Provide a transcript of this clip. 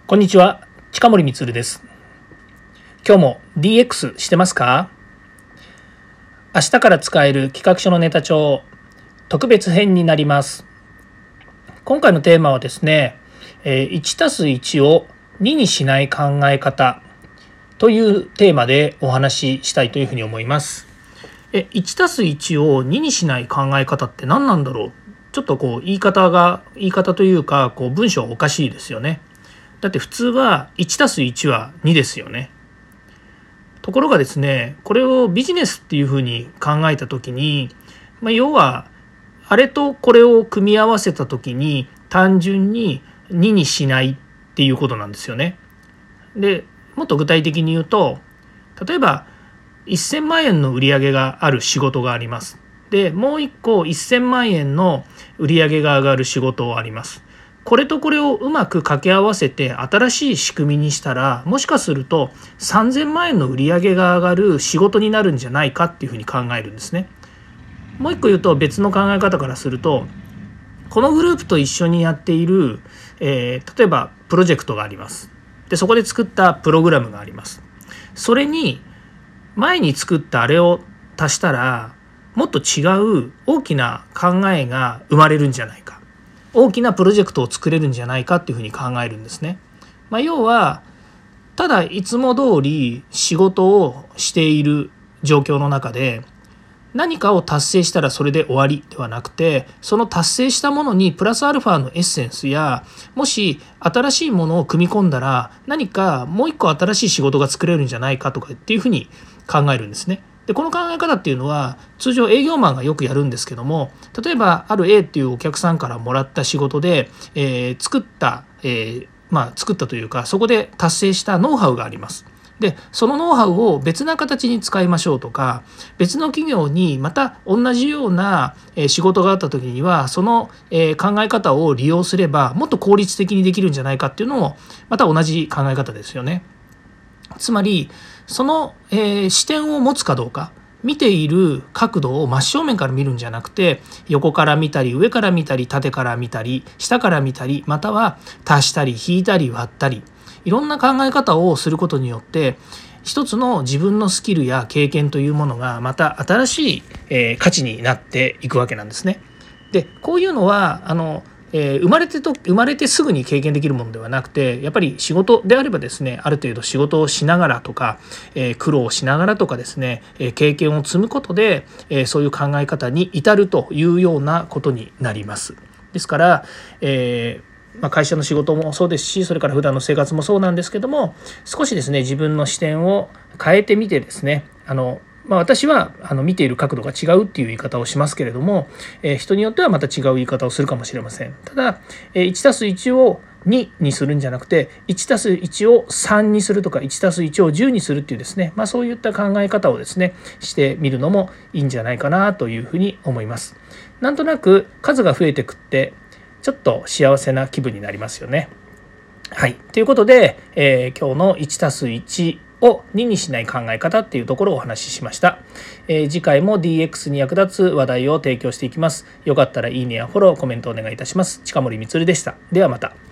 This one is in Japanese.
こんにちは、近森光です。今日も DX してますか？明日から使える企画書のネタ帳特別編になります。今回のテーマはですね、1+1 を2にしない考え方というテーマでお話ししたいというふうに思います。1+1 を2にしない考え方って何なんだろう？ちょっと言い方というか文章おかしいですよね。だって普通は 1+1 は2ですよね。ところがですね、これをビジネスっていうふうに考えたときに、要はあれとこれを組み合わせたときに単純に2にしないっていうことなんですよね。で、もっと具体的に言うと、例えば1000万円の売り上げがある仕事があります。で、もう一個1000万円の売り上げが上がる仕事があります。これとこれをうまく掛け合わせて新しい仕組みにしたら、もしかすると3000万円の売り上げが上がる仕事になるんじゃないかっていうふうに考えるんですね。もう一個言うと、別の考え方からすると、このグループと一緒にやっている、例えばプロジェクトがあります。で、そこで作ったプログラムがあります。それに前に作ったあれを足したら、もっと違う大きな考えが生まれるんじゃないか、大きなプロジェクトを作れるんじゃないかっていうふうに考えるんですね。要はただいつも通り仕事をしている状況の中で、何かを達成したらそれで終わりではなくて、その達成したものにプラスアルファのエッセンスや、もし新しいものを組み込んだら何かもう一個新しい仕事が作れるんじゃないかとかっていうふうに考えるんですね。で、この考え方っていうのは通常営業マンがよくやるんですけども、例えばある A っていうお客さんからもらった仕事で、作ったというか、そこで達成したノウハウがあります。で、そのノウハウを別な形に使いましょうとか、別の企業にまた同じような仕事があった時には、その考え方を利用すればもっと効率的にできるんじゃないかっていうのもまた同じ考え方ですよね。つまりその視点を持つかどうか、見ている角度を真正面から見るんじゃなくて、横から見たり上から見たり縦から見たり下から見たり、または足したり引いたり割ったり、いろんな考え方をすることによって、一つの自分のスキルや経験というものがまた新しい価値になっていくわけなんですね。で、こういうのは生まれてすぐに経験できるものではなくて、やっぱり仕事であればですね、ある程度仕事をしながらとか、苦労しながらとかですね、経験を積むことで、そういう考え方に至るというようなことになります。ですから、会社の仕事もそうですし、それから普段の生活もそうなんですけども、少しですね、自分の視点を変えてみてですね、私は見ている角度が違うっていう言い方をしますけれども、人によってはまた違う言い方をするかもしれません。ただ 1+1 を2にするんじゃなくて 1+1 を3にするとか 1+1 を10にするっていうですね、そういった考え方をですねしてみるのもいいんじゃないかなというふうに思います。なんとなく数が増えてくってちょっと幸せな気分になりますよね。はい、ということで、今日の 1+1 を2にしない考え方っていうところをお話ししました。次回も DX に役立つ話題を提供していきます。よかったらいいねやフォロー、コメントお願いいたします。近森光でした。ではまた。